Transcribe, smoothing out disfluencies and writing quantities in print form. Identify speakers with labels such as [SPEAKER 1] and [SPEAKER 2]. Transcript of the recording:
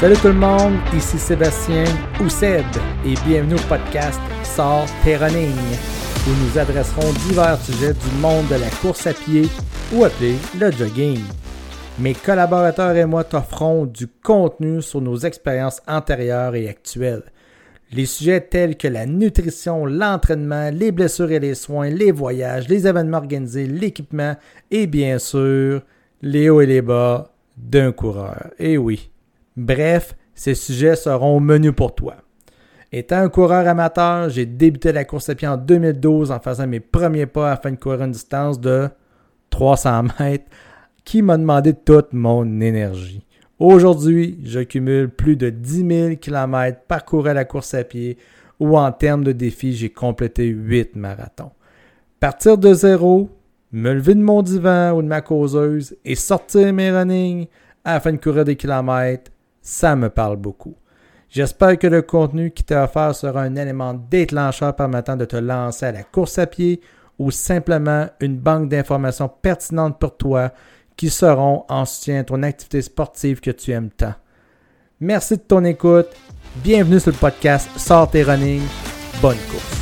[SPEAKER 1] Salut tout le monde, ici Sébastien ou Seb et bienvenue au podcast Sors tes running où nous adresserons divers sujets du monde de la course à pied ou appelé le jogging. Mes collaborateurs et moi t'offrons du contenu sur nos expériences antérieures et actuelles. Les sujets tels que la nutrition, l'entraînement, les blessures et les soins, les voyages, les événements organisés, l'équipement et bien sûr les hauts et les bas d'un coureur. Et oui. Bref, ces sujets seront au menu pour toi. Étant un coureur amateur, j'ai débuté la course à pied en 2012 en faisant mes premiers pas afin de courir une distance de 300 mètres qui m'a demandé toute mon énergie. Aujourd'hui, je cumule plus de 10 000 km parcourus à la course à pied ou en termes de défis, j'ai complété 8 marathons. Partir de zéro, me lever de mon divan ou de ma causeuse et sortir mes running afin de courir des kilomètres, ça me parle beaucoup. J'espère que le contenu qui t'est offert sera un élément déclencheur permettant de te lancer à la course à pied ou simplement une banque d'informations pertinentes pour toi qui seront en soutien à ton activité sportive que tu aimes tant. Merci de ton écoute. Bienvenue sur le podcast Sors tes running. Bonne course.